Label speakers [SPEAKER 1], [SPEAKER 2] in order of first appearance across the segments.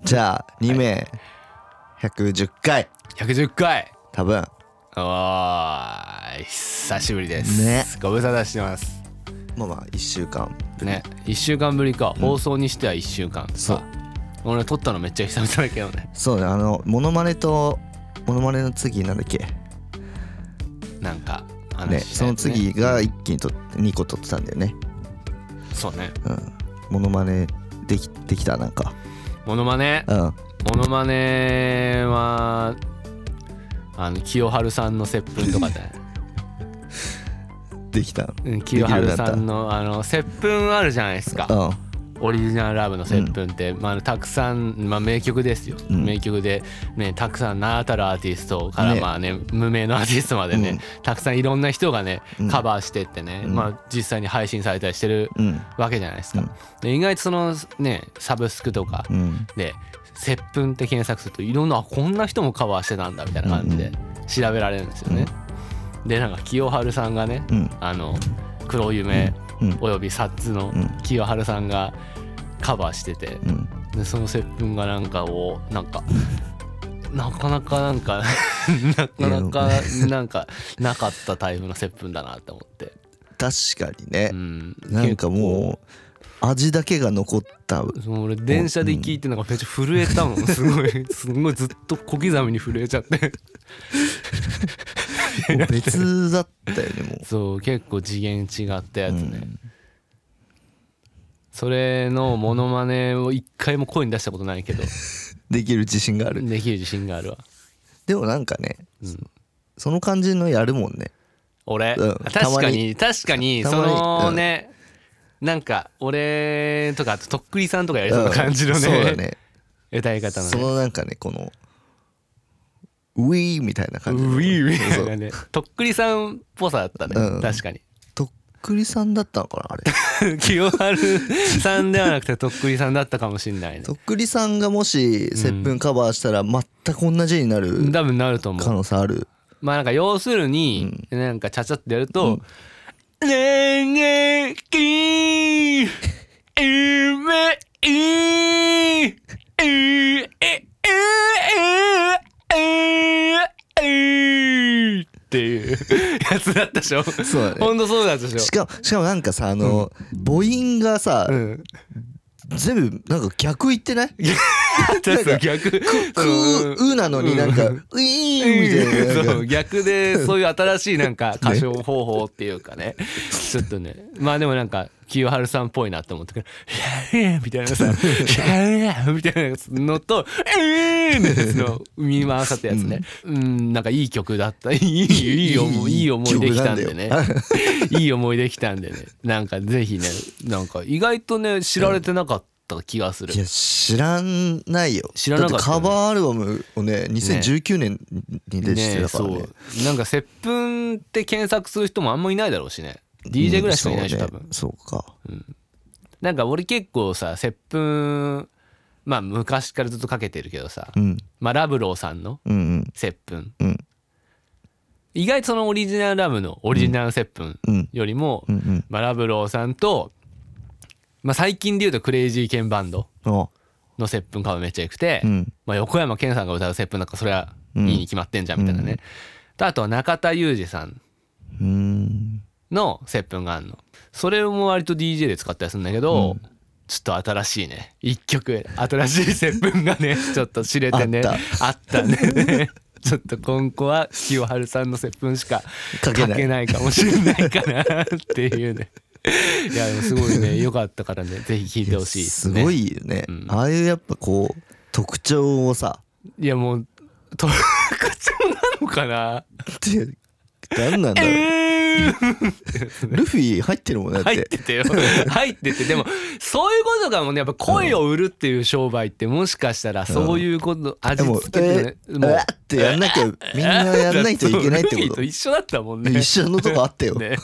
[SPEAKER 1] じゃあ2名110回
[SPEAKER 2] 110回
[SPEAKER 1] 多分
[SPEAKER 2] おー久しぶりです
[SPEAKER 1] ね。
[SPEAKER 2] ご無沙汰してます。
[SPEAKER 1] まあ1週間
[SPEAKER 2] ね、1週間ぶりか、放送にしては1週間
[SPEAKER 1] そう
[SPEAKER 2] 俺撮ったのめっちゃ久々だけどね。
[SPEAKER 1] そうね、モノマネとモノマネの次なんだっけ
[SPEAKER 2] なんか
[SPEAKER 1] ね、
[SPEAKER 2] 話したやつね
[SPEAKER 1] その次が一気に2個撮ってたんだよね。
[SPEAKER 2] そうね。
[SPEAKER 1] モノマネできたなんか
[SPEAKER 2] モノマネは清春さんの接吻とかで
[SPEAKER 1] できた
[SPEAKER 2] 清春さんの接吻あるじゃないですか。オリジナルラブの接吻って、たくさん、名曲ですよ、名曲で、ね、たくさん名だたるアーティストから無名のアーティストまでね、たくさんいろんな人がねカバーしてってね、実際に配信されたりしてるわけじゃないですか。で意外とそのねサブスクとかで接吻って検索するといろんなこんな人もカバーしてたんだみたいな感じで調べられるんですよね。でなんか清春さんがね、黒夢およびサッツの清春さんがカバーしてて、でその接吻がなんかなかなかなかったタイプの接吻だなって思って。
[SPEAKER 1] 確かにね、なんかもう味だけが残った。
[SPEAKER 2] 俺電車で聞いてなんかめっちゃ震えたもん。すごいずっと小刻みに震えちゃって
[SPEAKER 1] 別だったよねもう。
[SPEAKER 2] そう結構次元違ったやつね。それのモノマネを一回も声に出したことないけど
[SPEAKER 1] できる自信がある。
[SPEAKER 2] できる自信があるわ。
[SPEAKER 1] でもなんかね、その感じのやるもんね
[SPEAKER 2] 俺、確かにそのね、なんか俺とかあととっくりさんとかやりそうな感じのね、
[SPEAKER 1] そうだね
[SPEAKER 2] 歌い方のね、
[SPEAKER 1] そのなんかねこのウィーみたいな感じ
[SPEAKER 2] ウィーみたいなね、とっくりさんっぽさだったね、確かに。
[SPEAKER 1] とっくりさんだったのかなあれ
[SPEAKER 2] 清春さんではなくてとっくりさんだったかもしんないね。
[SPEAKER 1] とっくりさんがもし接吻カバーしたら全く同じになる
[SPEAKER 2] 多分なると思う。
[SPEAKER 1] 可能性ある。
[SPEAKER 2] なんか要するに、なんかちゃちゃってやると、ねねきーえめいっていうやつだったでしょ。
[SPEAKER 1] そうだね。
[SPEAKER 2] ほんとそうだったでしょ。
[SPEAKER 1] しかもなんかさ母音がさ、全部なんか逆言ってない？
[SPEAKER 2] 逆
[SPEAKER 1] うなのになんかウィーンみたいな。
[SPEAKER 2] そう逆でそういう新しいなんか歌唱方法っていうかね、ちょっとねでもなんか清春さんっぽいなって思ってくるみたいなさみたいなのとのやつの見回さったやつね、なんかいい曲だった。いい思いできたんでねいい思いできたんでね、なんかぜひね、なんか意外とね知られてなかった気がする。
[SPEAKER 1] いや知らないよ。
[SPEAKER 2] 知らなかった、ね、
[SPEAKER 1] だってカバーアルバムをね2019年に出してたからね。
[SPEAKER 2] そうなんか接吻って検索する人もあんまいないだろうしね、DJ ぐらいしかいないでしょ、多分。
[SPEAKER 1] そうか、
[SPEAKER 2] なんか俺結構さ接吻昔からずっとかけてるけどさ、ラブローさんの接吻、意外とそのオリジナルラブのオリジナル接吻よりも、ラブローさんと、最近で言うとクレイジーケンバンドの接吻カバーめっちゃ良くて、横山健さんが歌う接吻なんかそれはいいに決まってんじゃんみたいなね、とあとは中田裕二さんの接吻があるの。それも割と DJ で使ったりするんだけど、ちょっと新しいね、一曲新しい接吻がねちょっと知れてねあったねちょっと今後は清春さんの接吻しか書けないかもしれないかなっていうねいやでもすごいね良かったからね、ぜひ聴いてほしいですね。
[SPEAKER 1] すごいよね、ああいうやっぱこう特徴をさ、
[SPEAKER 2] いやもう特徴なのかな
[SPEAKER 1] って何なんだろう、ルフィ入ってるもんね。
[SPEAKER 2] 入っててよ入ってて、でもそういうことかもね、やっぱ声を売るっていう商売ってもしかしたらそういうこと、味付けて
[SPEAKER 1] もうってやんなきゃみんなやんないといけないってこと。ルフィ
[SPEAKER 2] と一緒だったもんね。
[SPEAKER 1] 一緒のとこあったよ、
[SPEAKER 2] ね、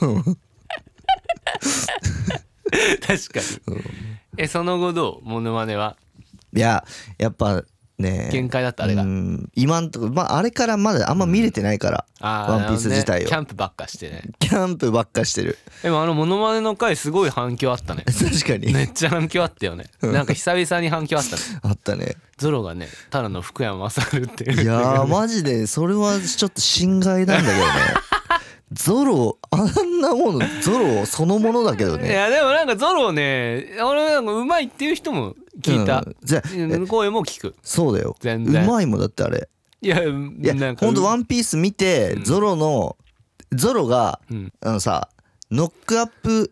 [SPEAKER 2] 確かに、その後どうモノマネは。
[SPEAKER 1] いややっぱね
[SPEAKER 2] 限界だったあれが。
[SPEAKER 1] 今んとこあれからまだあんま見れてないから、ワンピース自体を、
[SPEAKER 2] キャンプばっかしてね。
[SPEAKER 1] キャンプばっかしてる。
[SPEAKER 2] でもモノマネの回すごい反響あったね。
[SPEAKER 1] 確かに
[SPEAKER 2] めっちゃ反響あったよね。なんか久々に反響あったね。
[SPEAKER 1] あったね。
[SPEAKER 2] ゾロがねただの福山雅治っていう。
[SPEAKER 1] いやーマジでそれはちょっと心外なんだけどね。ゾロあんなものゾロそのものだけどね。
[SPEAKER 2] いやでもなんかゾロね俺なんかうまいっていう人も聞いた、
[SPEAKER 1] じゃ
[SPEAKER 2] 声も聞く。
[SPEAKER 1] そうだよ、
[SPEAKER 2] 全然
[SPEAKER 1] うまいもんだってあれ。
[SPEAKER 2] いや
[SPEAKER 1] なんかほんとワンピース見て、ゾロが、さノックアップ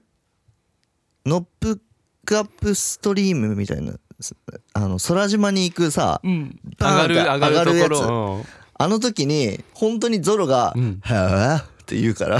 [SPEAKER 1] ストリームみたいな空島に行くさ、
[SPEAKER 2] 上がるやつ、
[SPEAKER 1] あの時に本当にゾロが「はあ」って言うから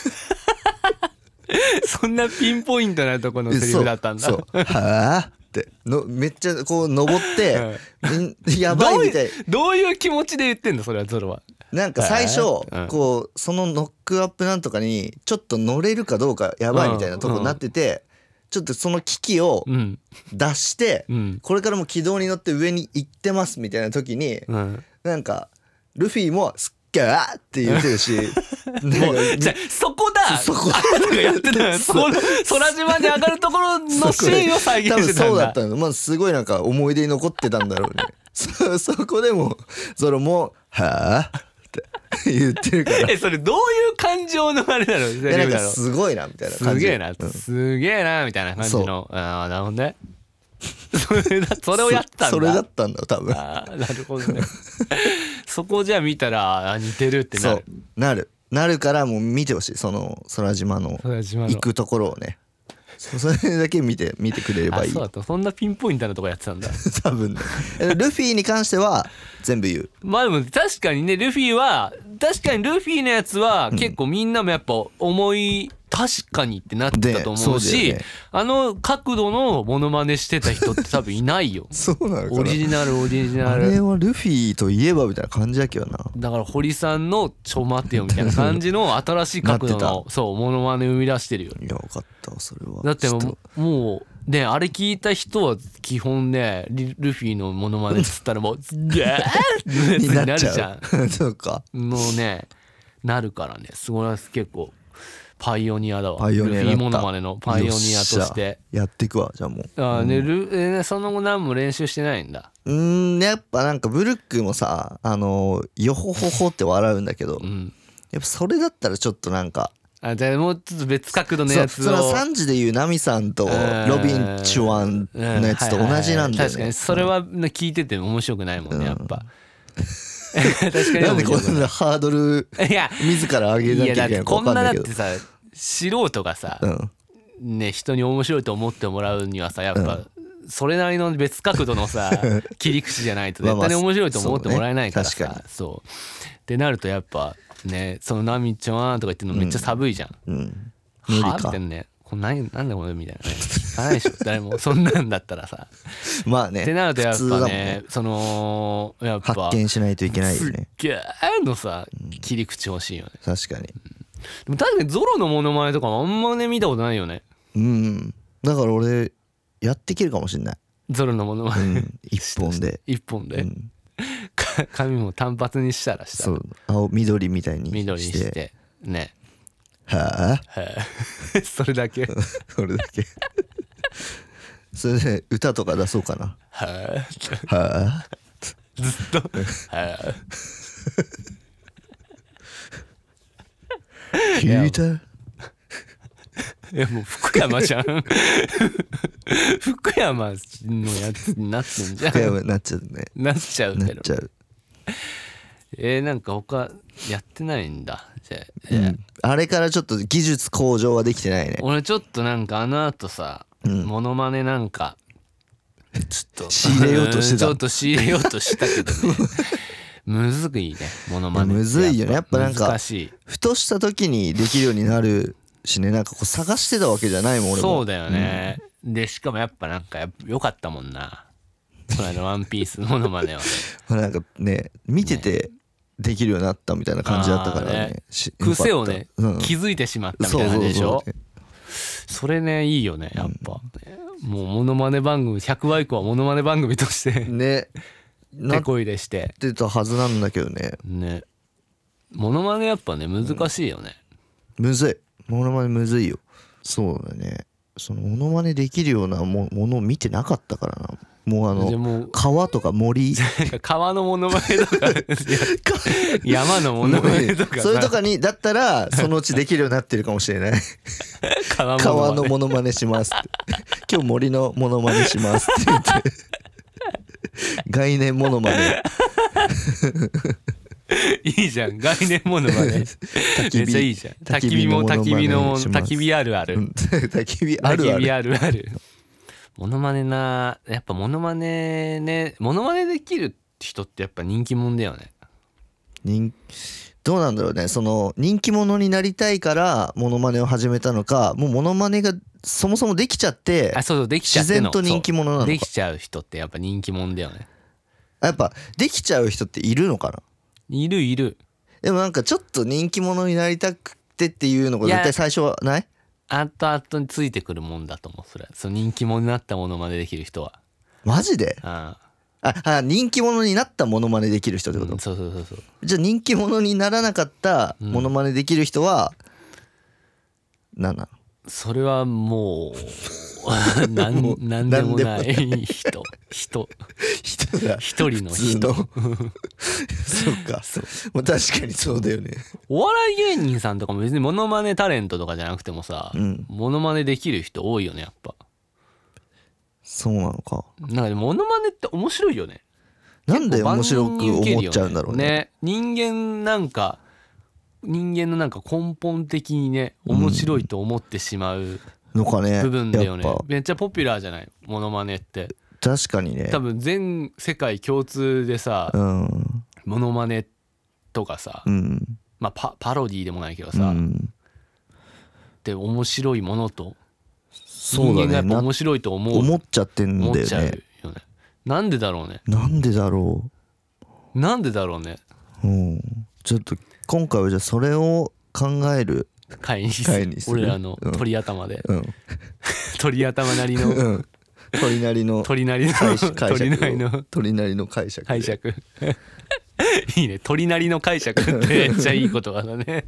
[SPEAKER 2] そんなピンポイントなとこのセリフだったんだ。
[SPEAKER 1] そうはあってめっちゃこう登ってやばいみたい。
[SPEAKER 2] どういう気持ちで言ってんのそれはゾロは。
[SPEAKER 1] なんか最初こうそのノックアップなんとかにちょっと乗れるかどうかやばいみたいなとこになってて、ちょっとその機器を出してこれからも軌道に乗って上に行ってますみたいな時になんかルフィもすっげーって言ってるし、
[SPEAKER 2] もうじゃそこだ、そこがやってたその空島に上がるところのシーンを再現してたんだ。
[SPEAKER 1] 多分そうだったの。まあすごいなんか思い出に残ってたんだろうね。そこでもゾロもはあって言ってるから。
[SPEAKER 2] それどういう感情のあれなの？
[SPEAKER 1] なんかすごいなみたいな感じ。
[SPEAKER 2] すげえな、すげえなみたいな感じの。ああなるほどね。それをやったんだ。
[SPEAKER 1] それだったんだ多分。
[SPEAKER 2] ああなるほどね。そこじゃ見たら似てるってなる。
[SPEAKER 1] なるからもう見てほしい、その空島の行くところをね。それだけ見てくれればいい。
[SPEAKER 2] そうだと。そんなピンポイントなとこやってたんだ。
[SPEAKER 1] 多分ね。ルフィに関しては全部言う。
[SPEAKER 2] まあでも確かにねルフィのやつは結構みんなもやっぱ確かにってなってたと思うし、
[SPEAKER 1] ね、
[SPEAKER 2] あの角度のモノマネしてた人って多分いないよ。
[SPEAKER 1] そうなのかな。
[SPEAKER 2] オリジナル
[SPEAKER 1] あれはルフィといえばみたいな感じだけどな。
[SPEAKER 2] だから堀さんのちょ待てよみたいな感じの新しい角度のそうモノマネ生み出してるよ。
[SPEAKER 1] いや分かったそれは。
[SPEAKER 2] だってもうねあれ聞いた人は基本ねルフィのモノマネっつったらもうガーッになるじゃん。
[SPEAKER 1] そうか。
[SPEAKER 2] もうねなるからねすごい結構パイオニアだわ。
[SPEAKER 1] ルフ
[SPEAKER 2] ィモノマネのパイオニアとして
[SPEAKER 1] やっていくわじゃあもう。
[SPEAKER 2] その後何も練習してないんだ。
[SPEAKER 1] やっぱなんかブルックもさヨホホホって笑うんだけど、やっぱそれだったらちょっとなんか
[SPEAKER 2] じゃあもうちょっと別角度のやつを。
[SPEAKER 1] その3時でいうナミさんとロビン・チュワンのやつと同じなんだよね。
[SPEAKER 2] 確かにそれは聞いてて面白くないもんねやっぱ。確かに
[SPEAKER 1] なんでこんなハードル自ら上げなきゃいけないのか分かんないけど。
[SPEAKER 2] こんなだってさ素人がさ、ね人に面白いと思ってもらうにはさやっぱそれなりの別角度のさ切り口じゃないと絶対に面白いと思ってもらえないからさ。そうってなるとやっぱねそのナミちゃんとか言ってるのめっちゃ寒いじゃん。はあってねこれなんだこれみたいなね聞かないでしょ誰もそんなんだったらさ。
[SPEAKER 1] まあね
[SPEAKER 2] ってなるとやっぱねそのやっぱ
[SPEAKER 1] 発見しないといけないよね。
[SPEAKER 2] すっげえのさ切り口欲しいよね。
[SPEAKER 1] 確かに。
[SPEAKER 2] でも確かにゾロのモノマネとかもあんまね見たことないよね。
[SPEAKER 1] だから俺やっていけるかもしれない。
[SPEAKER 2] ゾロのモノマネ
[SPEAKER 1] 一本で
[SPEAKER 2] 髪も単発にしたら
[SPEAKER 1] そう緑みたいに
[SPEAKER 2] してね。
[SPEAKER 1] はあ
[SPEAKER 2] それだけ
[SPEAKER 1] それだけそれで歌とか出そうかな。
[SPEAKER 2] は
[SPEAKER 1] あ
[SPEAKER 2] ずっとはあ
[SPEAKER 1] 聞いた。
[SPEAKER 2] いやもう福山じゃん福山のやつになってんじゃん。
[SPEAKER 1] 福山になっちゃうね。
[SPEAKER 2] なっちゃうけど
[SPEAKER 1] なっちゃう。
[SPEAKER 2] なんか他やってないんだじゃ
[SPEAKER 1] あれからちょっと技術向上はできてないね。
[SPEAKER 2] 俺ちょっとなんかあの後さモノマネなんかちょっと
[SPEAKER 1] 仕入れようとしてた。
[SPEAKER 2] ちょっと仕入れようとしたけどねむずいねモノマネ。
[SPEAKER 1] むずいよねやっぱなんか
[SPEAKER 2] 難しい。
[SPEAKER 1] ふとした時にできるようになるしね。なんかこう探してたわけじゃないもん俺も。
[SPEAKER 2] そうだよね。でしかもやっぱなんか良かったもんなこの間ワンピースのモノマネは。
[SPEAKER 1] なんかね見ててできるようになったみたいな感じだったからね。
[SPEAKER 2] 癖をね気づいてしまったみたいな感じでしょ。それねいいよねやっぱ。もうモノマネ番組100話以降はモノマネ番組として
[SPEAKER 1] ね
[SPEAKER 2] 手こ入れして
[SPEAKER 1] 出たはずなんだけどね。
[SPEAKER 2] ね、モノマネやっぱね難しいよね、
[SPEAKER 1] むずい、モノマネむずいよ。そうだね、そのモノマネできるようなものを見てなかったからな。もう川とか森
[SPEAKER 2] 川のモノマネとか山のモノマネとか
[SPEAKER 1] それとかにだったらそのうちできるようになってるかもしれない川のモノマネしますって今日森のモノマネしますって言って概念モノマネ
[SPEAKER 2] いいじゃん、概念モノマネめっちゃいいじゃん。焚き火も焚き火の焚き火あるある
[SPEAKER 1] 焚き火あるある
[SPEAKER 2] 焚き火あるあるモノマネな、やっぱモノマネね、モノマネできる人ってやっぱ人気者だよね。
[SPEAKER 1] どうなんだろうね、その人気者になりたいからモノマネを始めたのか、もうモノマネがそもそもできちゃって、
[SPEAKER 2] できちゃって
[SPEAKER 1] 自然と人気者なのか。
[SPEAKER 2] できちゃう人ってやっぱ人気者だよね。
[SPEAKER 1] やっぱできちゃう人っているのかな。
[SPEAKER 2] いる。
[SPEAKER 1] でもなんかちょっと人気者になりたくてっていうのが絶対最初はない？
[SPEAKER 2] 後々についてくるもんだと思う。それその人気者になったものまでできる人は。
[SPEAKER 1] マジで？人気者になったモノマネできる人ってこと？
[SPEAKER 2] そう。
[SPEAKER 1] じゃあ人気者にならなかったモノマネできる人は何なの？
[SPEAKER 2] それはもうなんでもない人
[SPEAKER 1] だ。
[SPEAKER 2] 一人の人
[SPEAKER 1] そうか、まあ、確かにそうだよね。
[SPEAKER 2] お笑い芸人さんとかも別にモノマネタレントとかじゃなくてもさ、モノマネできる人多いよねやっぱ。
[SPEAKER 1] そうなのか。
[SPEAKER 2] なんかでもモノマネって面白いよね。
[SPEAKER 1] なんで面白く思っちゃうんだろうね。
[SPEAKER 2] 人間のなんか根本的にね面白いと思ってしまう
[SPEAKER 1] のかね、
[SPEAKER 2] 部分だよね。めっちゃポピュラーじゃないモノマネって。
[SPEAKER 1] 確かにね。
[SPEAKER 2] 多分全世界共通でさ、モノマネとかさ、まあパロディーでもないけどさ、で面白いものと人間がやっぱ面白いと思
[SPEAKER 1] っちゃってんだよね。
[SPEAKER 2] 思っちゃうよね。なんでだろうね。
[SPEAKER 1] なんでだろ
[SPEAKER 2] うね。
[SPEAKER 1] ちょっと今回はじゃあそれを考える
[SPEAKER 2] 回にする。俺らの鳥頭で、鳥頭なりの、
[SPEAKER 1] 鳥なりの解釈
[SPEAKER 2] いいね、鳥なりの解釈ってめっちゃいい言葉だね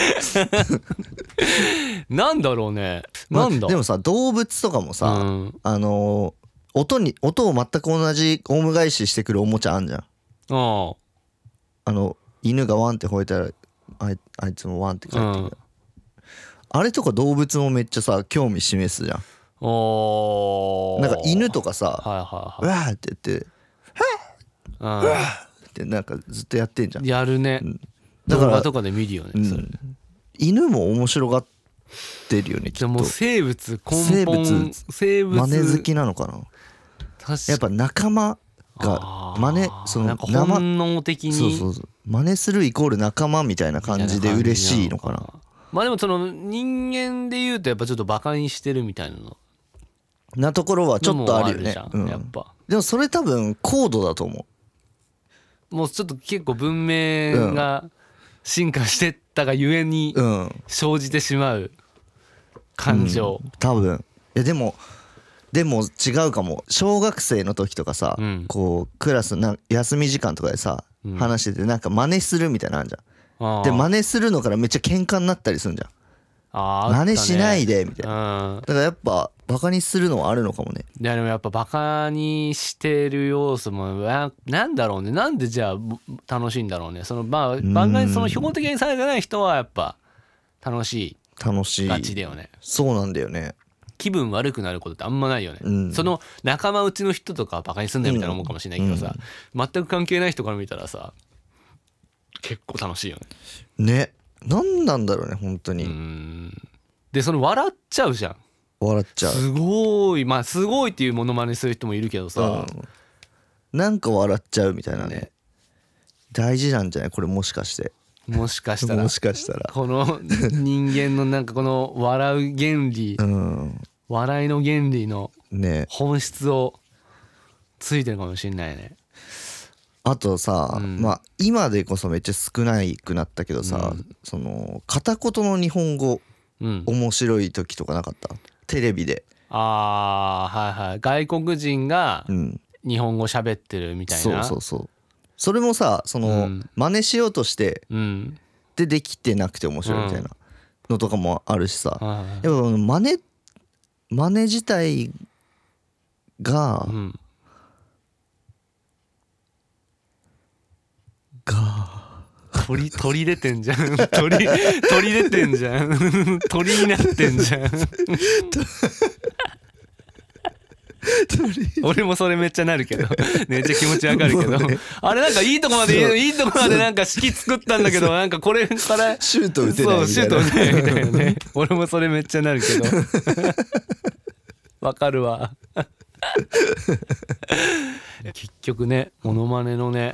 [SPEAKER 2] なんだろうね、
[SPEAKER 1] でもさ動物とかもさ、音を全く同じオウム返ししてくるおもちゃあんじゃん。犬がワンって吠えたらあいつもワンって帰ってくる、あれとか動物もめっちゃさ興味示すじゃん。なんか犬とかさ、わーって言ってわーってなんかずっとやってんじゃん。
[SPEAKER 2] やるね、だから動画とかで見るよね、それ。
[SPEAKER 1] 犬も面白がってるよねきっと。
[SPEAKER 2] もう生物根本生物
[SPEAKER 1] 真似好きなのかな。やっぱ仲間が
[SPEAKER 2] なんか本能的に
[SPEAKER 1] そう真似するイコール仲間みたいな感じで嬉しいのかな。
[SPEAKER 2] まあでもその人間で言うとやっぱちょっとバカにしてるみたいなの
[SPEAKER 1] なところはちょっとあるよね。
[SPEAKER 2] やっぱ
[SPEAKER 1] でもそれ多分高度だと思
[SPEAKER 2] う。もうちょっと結構文明が進化してったがゆえに生じてしまう感情、
[SPEAKER 1] 多分。いやでも違うかも。小学生の時とかさ、こうクラス休み時間とかでさ、話しててなんか真似するみたいなのあるじゃん。で真似するのからめっちゃ喧嘩になったりするんじゃん。真似しないでみたいな。だからやっぱバカにするのはあるのかもね。
[SPEAKER 2] いやでもやっぱバカにしてる要素もなんだろうね。なんでじゃあ楽しいんだろうね。そのバカにその標的にされてない人はやっぱ楽しいガチだよね。
[SPEAKER 1] そうなんだよね。
[SPEAKER 2] 気分悪くなることってあんまないよね、その仲間内の人とかはバカにすんだよみたいな思うかもしれないけどさ、全く関係ない人から見たらさ結構楽しいよね。
[SPEAKER 1] ね、なんなんだろうね本当に。
[SPEAKER 2] でその笑っちゃうじゃん。
[SPEAKER 1] 笑っちゃう。
[SPEAKER 2] すごいすごいっていうモノマネする人もいるけどさ、
[SPEAKER 1] なんか笑っちゃうみたいなね。大事なんじゃないこれ。もしかしたら
[SPEAKER 2] この人間のなんかこの笑う原理、笑いの原理の本質をついてるかもしれないね。
[SPEAKER 1] あとさ、まあ今でこそめっちゃ少ないくなったけどさ、その片言の日本語、面白い時とかなかった？テレビで。
[SPEAKER 2] はいはい。外国人が日本語喋ってるみたいな。
[SPEAKER 1] それもさその、真似しようとして、でできてなくて面白いみたいなのとかもあるしさ、やっぱ真似自体が、
[SPEAKER 2] 鳥出てんじゃん鳥出てんじゃん鳥になってんじゃん俺もそれめっちゃなるけどめっちゃ気持ちわかるけど、あれなんかいいとこまでなんか式作ったんだけどなんかこれから
[SPEAKER 1] シュート打てないみたいな、
[SPEAKER 2] そうシュート打てないみたいなね俺もそれめっちゃなるけどわかるわ結局ねモノマネのね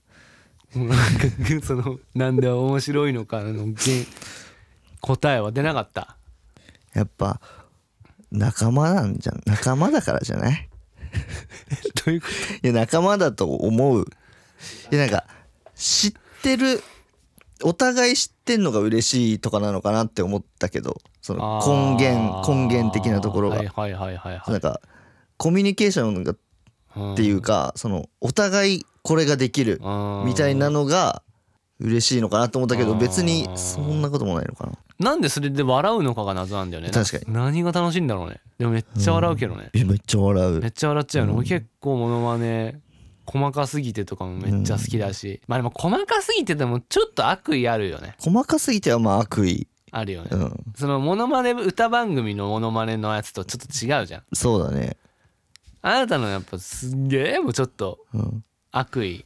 [SPEAKER 2] そのなんで面白いのかの答えは出なかった。
[SPEAKER 1] やっぱ仲間だからじゃない
[SPEAKER 2] どういうこと？
[SPEAKER 1] いや仲間だと思う。いやなんか知ってるお互い知ってんのが嬉しいとかなのかなって思ったけど、その根源的なところがなんかコミュニケーションがっていうか、そのお互いこれができるみたいなのが嬉しいのかなと思ったけど、別にそんなこともないのかな。
[SPEAKER 2] なんでそれで笑うのかが謎なんだよね。
[SPEAKER 1] 確かに
[SPEAKER 2] 何が楽しいんだろうね。でもめっちゃ笑うけどね、
[SPEAKER 1] めっちゃ笑う。
[SPEAKER 2] めっちゃ笑っちゃうの、結構モノマネ細かすぎてとかもめっちゃ好きだし、まあでも細かすぎてでもちょっと悪意あるよね。
[SPEAKER 1] 細かすぎてはまあ悪意
[SPEAKER 2] あるよね、そのモノマネ歌番組のモノマネのやつとちょっと違うじゃん。
[SPEAKER 1] そうだね。あ
[SPEAKER 2] なたのやっぱすんげえもうちょっと悪意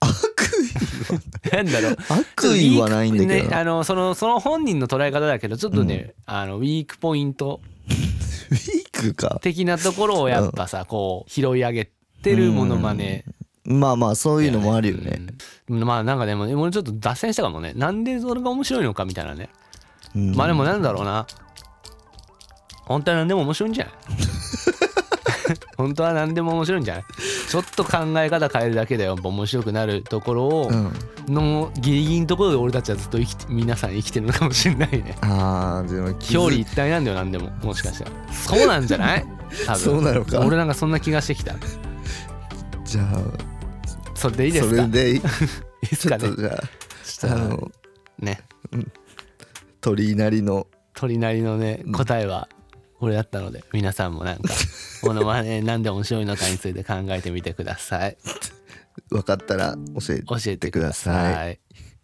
[SPEAKER 2] なんだろう
[SPEAKER 1] 悪意はないんだけど、
[SPEAKER 2] ね、その本人の捉え方だけどちょっとね、ウィークポイント
[SPEAKER 1] ウィークか
[SPEAKER 2] 的なところをやっぱさ、こう拾い上げてるモノマネ、
[SPEAKER 1] まあまあそういうのもあるよね、
[SPEAKER 2] まあなんかでも俺ちょっと脱線したかもね。なんでそれが面白いのかみたいなね、まあでもなんだろうな、本当は何でも面白いんじゃない本当は何でも面白いんじゃない。ちょっと考え方変えるだけでやっぱ面白くなるところを、のギリギリのところで俺たちはずっと皆さん生きてるのかもしれないね。
[SPEAKER 1] あーでも
[SPEAKER 2] 表裏一体なんだよ。何でももしかしたらそうなんじゃない多分
[SPEAKER 1] そうなのか。
[SPEAKER 2] 俺なんかそんな気がしてきた。
[SPEAKER 1] じゃあ
[SPEAKER 2] それでいいですか。
[SPEAKER 1] それでいい
[SPEAKER 2] ですかね。
[SPEAKER 1] じゃあ
[SPEAKER 2] ね、
[SPEAKER 1] 鳥なりの
[SPEAKER 2] ね答えはこれだったので、皆さんもなんかモノマネなんで面白いのかについて考えてみてください。
[SPEAKER 1] 分かったら教えてください。